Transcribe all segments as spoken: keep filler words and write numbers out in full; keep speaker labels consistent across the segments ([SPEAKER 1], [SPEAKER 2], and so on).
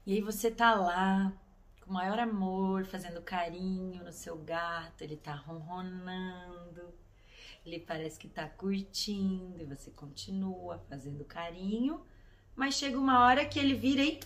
[SPEAKER 1] E aí você tá lá, com o maior amor, fazendo carinho no seu gato, ele tá ronronando, ele parece que tá curtindo, e você continua fazendo carinho, mas chega uma hora que ele vira e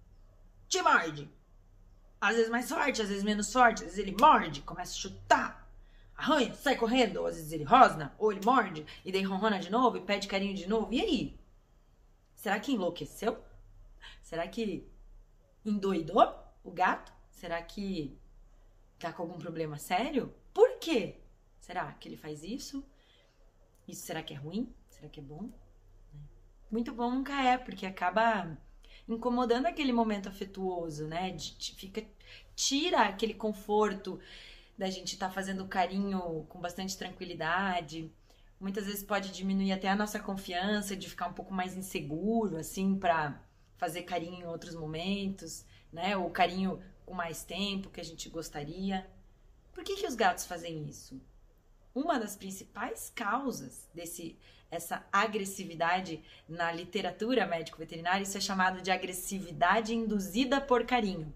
[SPEAKER 1] te morde. Às vezes mais forte, às vezes menos forte, às vezes ele morde, começa a chutar, arranha, sai correndo, ou às vezes ele rosna, ou ele morde, e daí ronrona de novo, e pede carinho de novo. E aí? Será que enlouqueceu? Será que endoidou o gato? Será que tá com algum problema sério? Por quê? Será que ele faz isso? Isso será que é ruim? Será que é bom? Muito bom nunca é, porque acaba incomodando aquele momento afetuoso, né? De, de, fica, tira aquele conforto da gente estar tá fazendo carinho com bastante tranquilidade. Muitas vezes pode diminuir até a nossa confiança, de ficar um pouco mais inseguro, assim, pra fazer carinho em outros momentos, né? Ou carinho com mais tempo que a gente gostaria. Por que que os gatos fazem isso? Uma das principais causas desse, essa agressividade na literatura médico-veterinária, isso é chamado de agressividade induzida por carinho.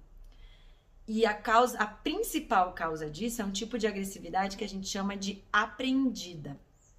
[SPEAKER 1] E a, causa, a principal causa disso é um tipo de agressividade que a gente chama de aprendida.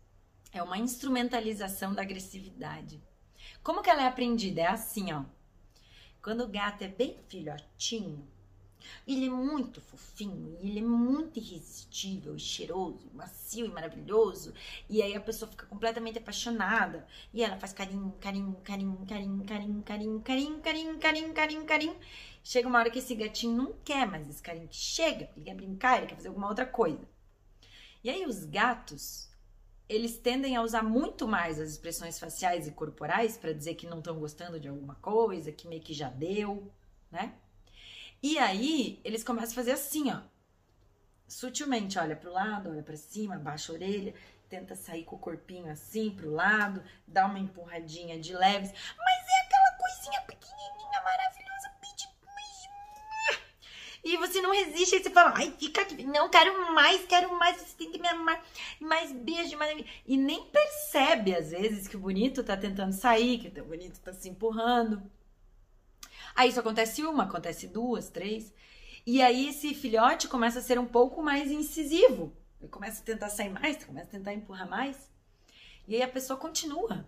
[SPEAKER 1] É uma instrumentalização da agressividade. Como que ela é aprendida? É assim, ó. Quando o gato é bem filhotinho, ele é muito fofinho, ele é muito irresistível, cheiroso, macio e maravilhoso. E aí a pessoa fica completamente apaixonada. E ela faz carinho, carinho, carinho, carinho, carinho, carinho, carinho, carinho, carinho, carinho, carinho. Chega uma hora que esse gatinho não quer mais esse carinho, que chega, ele quer brincar, ele quer fazer alguma outra coisa. E aí os gatos, eles tendem a usar muito mais as expressões faciais e corporais para dizer que não estão gostando de alguma coisa, que meio que já deu, né? E aí, eles começam a fazer assim, ó. Sutilmente, olha pro lado, olha pra cima, abaixa a orelha, tenta sair com o corpinho assim pro lado, dá uma empurradinha de leves. Mas é aquela coisinha pequenininha, maravilhosa, pede mais. E você não resiste, aí você fala, ai, fica aqui. Não, quero mais, quero mais, você tem que me amar. Mais beijo, mais... E nem percebe, às vezes, que o bonito tá tentando sair, que o bonito tá se empurrando. Aí isso acontece uma, acontece duas, três. E aí esse filhote começa a ser um pouco mais incisivo. Ele começa a tentar sair mais, começa a tentar empurrar mais. E aí a pessoa continua.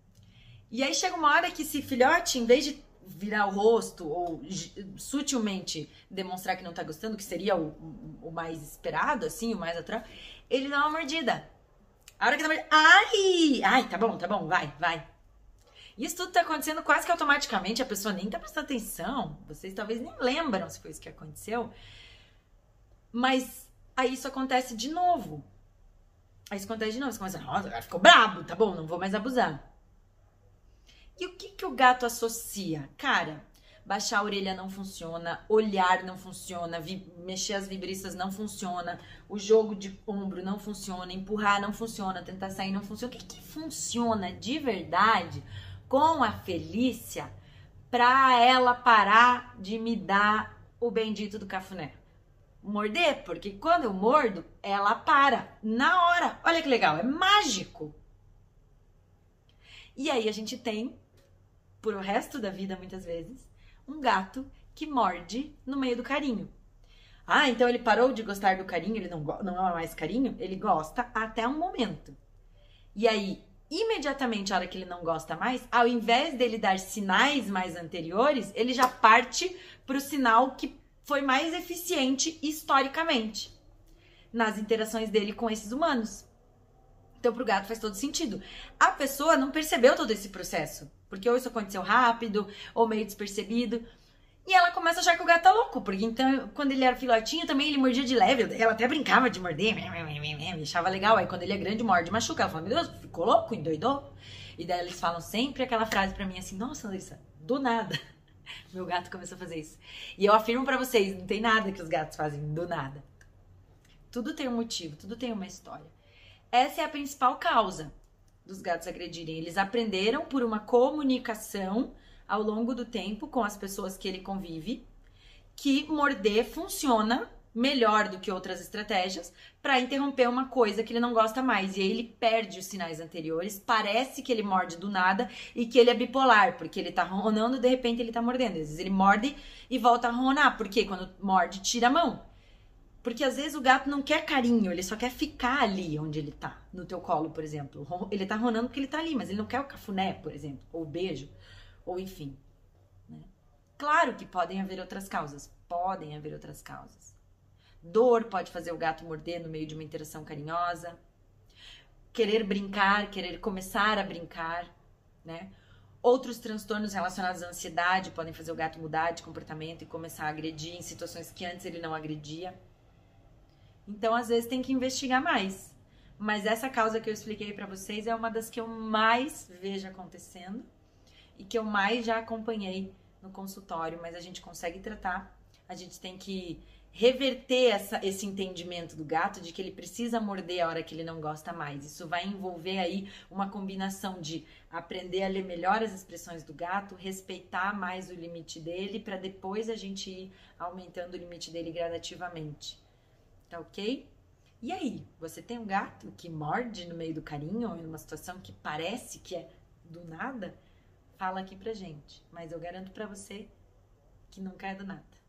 [SPEAKER 1] E aí chega uma hora que esse filhote, em vez de virar o rosto ou sutilmente demonstrar que não tá gostando, que seria o, o mais esperado, assim, o mais atrás, ele dá uma mordida. A hora que dá uma mordida... Ai! Ai, tá bom, tá bom, vai, vai. Isso tudo tá acontecendo quase que automaticamente, a pessoa nem tá prestando atenção, vocês talvez nem lembram se foi isso que aconteceu, mas aí isso acontece de novo. Aí isso acontece de novo, você começa, nossa, o gato ficou brabo, tá bom, não vou mais abusar. E o que que o gato associa? Cara, baixar a orelha não funciona, olhar não funciona, mexer as vibriças não funciona, o jogo de ombro não funciona, empurrar não funciona, tentar sair não funciona. O que que funciona de verdade com a Felícia pra ela parar de me dar o bendito do cafuné? Morder, porque quando eu mordo, ela para na hora. Olha que legal, é mágico. E aí a gente tem, por o resto da vida, muitas vezes, um gato que morde no meio do carinho. Ah, então ele parou de gostar do carinho, ele não, não ama mais carinho? Ele gosta até um momento. E aí, imediatamente, a hora que ele não gosta mais, ao invés dele dar sinais mais anteriores, ele já parte para o sinal que foi mais eficiente historicamente nas interações dele com esses humanos. Então, pro gato faz todo sentido. A pessoa não percebeu todo esse processo, porque ou isso aconteceu rápido, ou meio despercebido, e ela começa a achar que o gato tá louco, porque então, quando ele era filhotinho, também ele mordia de leve, ela até brincava de morder, me achava legal. Aí quando ele é grande, morde, machuca, ela fala, meu Deus, ficou louco, endoidou? E daí eles falam sempre aquela frase pra mim assim, nossa, Larissa, do nada, meu gato começou a fazer isso. E eu afirmo pra vocês, não tem nada que os gatos fazem do nada. Tudo tem um motivo, tudo tem uma história. Essa é a principal causa dos gatos agredirem. Eles aprenderam por uma comunicação ao longo do tempo com as pessoas que ele convive, que morder funciona melhor do que outras estratégias para interromper uma coisa que ele não gosta mais. E aí ele perde os sinais anteriores, parece que ele morde do nada e que ele é bipolar, porque ele tá ronronando, de repente ele tá mordendo. Às vezes ele morde e volta a ronronar, porque quando morde, tira a mão. Porque às vezes o gato não quer carinho, ele só quer ficar ali onde ele tá, no teu colo, por exemplo. Ele tá ronando porque ele tá ali, mas ele não quer o cafuné, por exemplo, ou o beijo, ou enfim. Né? Claro que podem haver outras causas, podem haver outras causas. Dor pode fazer o gato morder no meio de uma interação carinhosa. Querer brincar, querer começar a brincar, né? Outros transtornos relacionados à ansiedade podem fazer o gato mudar de comportamento e começar a agredir em situações que antes ele não agredia. Então, às vezes, tem que investigar mais. Mas essa causa que eu expliquei pra vocês é uma das que eu mais vejo acontecendo e que eu mais já acompanhei no consultório, mas a gente consegue tratar. A gente tem que reverter essa, esse entendimento do gato de que ele precisa morder a hora que ele não gosta mais. Isso vai envolver aí uma combinação de aprender a ler melhor as expressões do gato, respeitar mais o limite dele, para depois a gente ir aumentando o limite dele gradativamente. Tá ok? E aí, você tem um gato que morde no meio do carinho ou em uma situação que parece que é do nada? Fala aqui pra gente, mas eu garanto pra você que nunca é do nada.